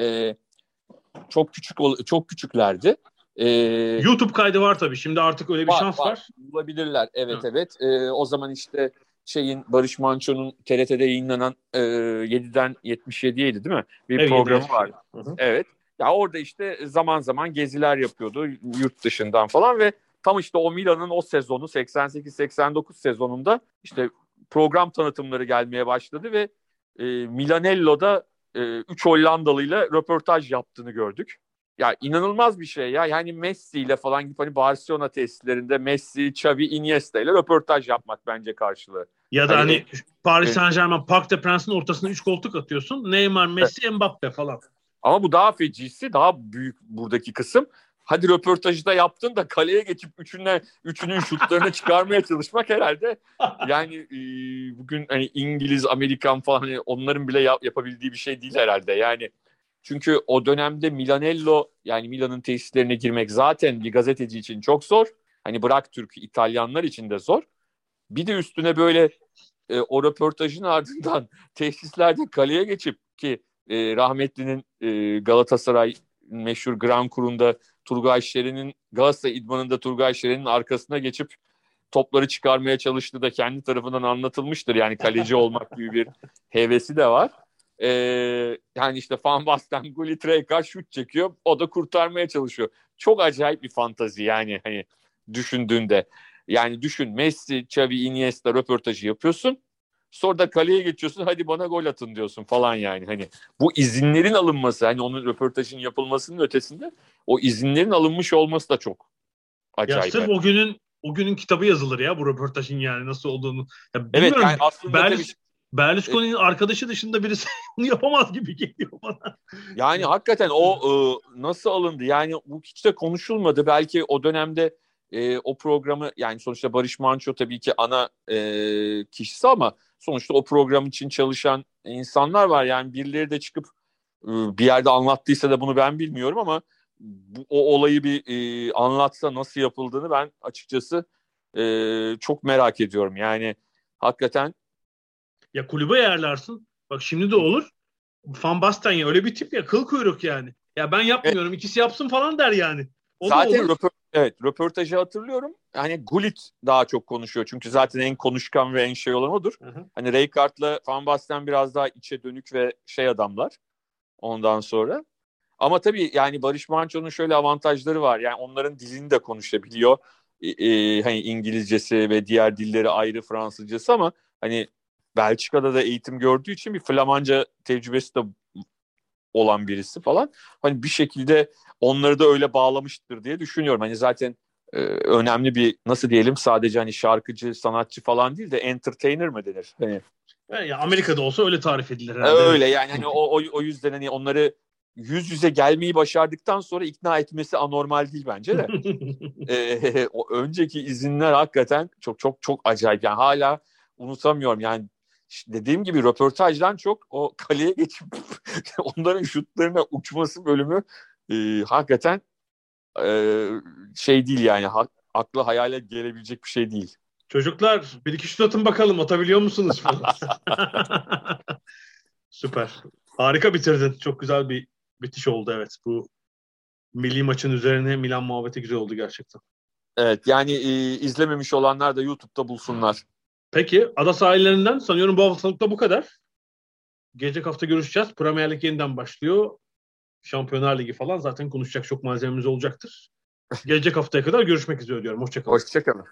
çok küçüklerdi. YouTube kaydı var tabii. Şimdi artık öyle bir şans var. Bulabilirler. Evet. O zaman işte Barış Manço'nun TRT'de yayınlanan 7'den 77'yeydi değil mi? Bir programı vardı. Evet. Ya orada işte zaman zaman geziler yapıyordu yurt dışından falan ve tam işte o Milan'ın o sezonu 88-89 sezonunda işte program tanıtımları gelmeye başladı ve Milanello'da 3 Hollandalıyla röportaj yaptığını gördük. Ya inanılmaz bir şey ya. Yani Messi ile falan gibi hani Barcelona tesislerinde Messi, Xavi, Iniesta ile röportaj yapmak bence karşılığı. Ya da hani Paris Saint-Germain Parc des Princes ortasına 3 koltuk atıyorsun. Neymar, Messi, Mbappe falan. Ama bu daha fecisi, daha büyük buradaki kısım. Hadi röportajı da yaptın da kaleye geçip üçünün şutlarını çıkarmaya çalışmak herhalde. Yani bugün hani İngiliz, Amerikan falan hani onların bile yapabildiği bir şey değil herhalde. Yani çünkü o dönemde Milanello yani Milan'ın tesislerine girmek zaten bir gazeteci için çok zor. Hani bırak Türk, İtalyanlar için de zor. Bir de üstüne böyle o röportajın ardından tesislerde kaleye geçip ki rahmetlinin Galatasaray meşhur Grand Kuru'nda Turgay Şeren'in Galatasaray idmanında Turgay Şeren'in arkasına geçip topları çıkarmaya çalıştığı da kendi tarafından anlatılmıştır. Yani kaleci olmak gibi bir hevesi de var. Yani işte Van Basten, Gullit, Rijkaard şut çekiyor. O da kurtarmaya çalışıyor. Çok acayip bir fantazi yani hani düşündüğünde. Yani düşün Messi, Xavi, Iniesta röportajı yapıyorsun. Sonra da kaleye geçiyorsun hadi bana gol atın diyorsun falan yani. Hani bu izinlerin alınması hani onun röportajın yapılmasının ötesinde o izinlerin alınmış olması da çok acayip. Ya sırf o günün kitabı yazılır ya bu röportajın yani nasıl olduğunu. Ya evet yani aslında Berlusconi'nin arkadaşı dışında birisi bunu yapamaz gibi geliyor bana. Yani hakikaten o nasıl alındı? Yani bu hiç de konuşulmadı. Belki o dönemde o programı yani sonuçta Barış Manço tabii ki ana kişisi ama sonuçta o program için çalışan insanlar var. Yani birileri de çıkıp bir yerde anlattıysa da bunu ben bilmiyorum ama o olayı bir anlatsa nasıl yapıldığını ben açıkçası çok merak ediyorum. Yani hakikaten. Ya kulübe ayarlarsın. Bak şimdi de olur. Van Basten ya öyle bir tip ya kıl kuyruk yani. Ya ben yapmıyorum ikisi yapsın falan der yani. O zaten röportajı hatırlıyorum. Hani Gullit daha çok konuşuyor. Çünkü zaten en konuşkan ve en şey olan odur. Hı. Hani Rijkaard'la Van Basten biraz daha içe dönük ve adamlar. Ondan sonra. Ama tabii yani Barış Manço'nun şöyle avantajları var. Yani onların dilini de konuşabiliyor. Hani İngilizcesi ve diğer dilleri ayrı Fransızcası ama hani Belçika'da da eğitim gördüğü için bir Flamanca tecrübesi de olan birisi falan. Hani bir şekilde onları da öyle bağlamıştır diye düşünüyorum. Hani zaten önemli bir nasıl diyelim sadece hani şarkıcı, sanatçı falan değil de entertainer mı denir? Hani ya Amerika'da olsa öyle tarif edilir herhalde. Öyle yani hani o yüzden hani onları yüz yüze gelmeyi başardıktan sonra ikna etmesi anormal değil bence de. O önceki izinler hakikaten çok çok çok acayip. Yani hala unutamıyorum. Yani dediğim gibi röportajdan çok o kaleye geçip onların şutlarına uçması bölümü hakikaten değil yani. Akla hayale gelebilecek bir şey değil. Çocuklar bir iki şut atın bakalım atabiliyor musunuz? Süper. Harika bitirdin. Çok güzel bir bitiş oldu evet. Bu milli maçın üzerine Milan muhabbeti güzel oldu gerçekten. Evet, yani izlememiş olanlar da YouTube'da bulsunlar. Peki ada sahillerinden sanıyorum bu haftalıkta bu kadar. Gelecek hafta görüşeceğiz. Premier Lig yeniden başlıyor. Şampiyonlar Ligi falan zaten konuşacak çok malzememiz olacaktır. Gelecek haftaya kadar görüşmek üzere diyorum. Hoşçakalın. Hoşçakalın.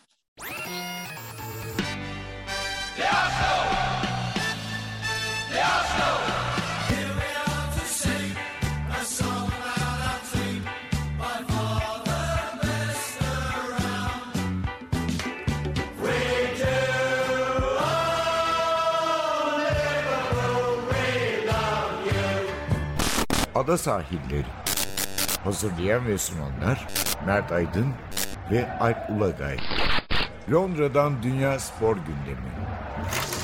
Ada Sahilleri. Hazırlayan ve sunanlar Mert Aydın ve Alp Ulagay. Londra'dan Dünya Spor Gündemi.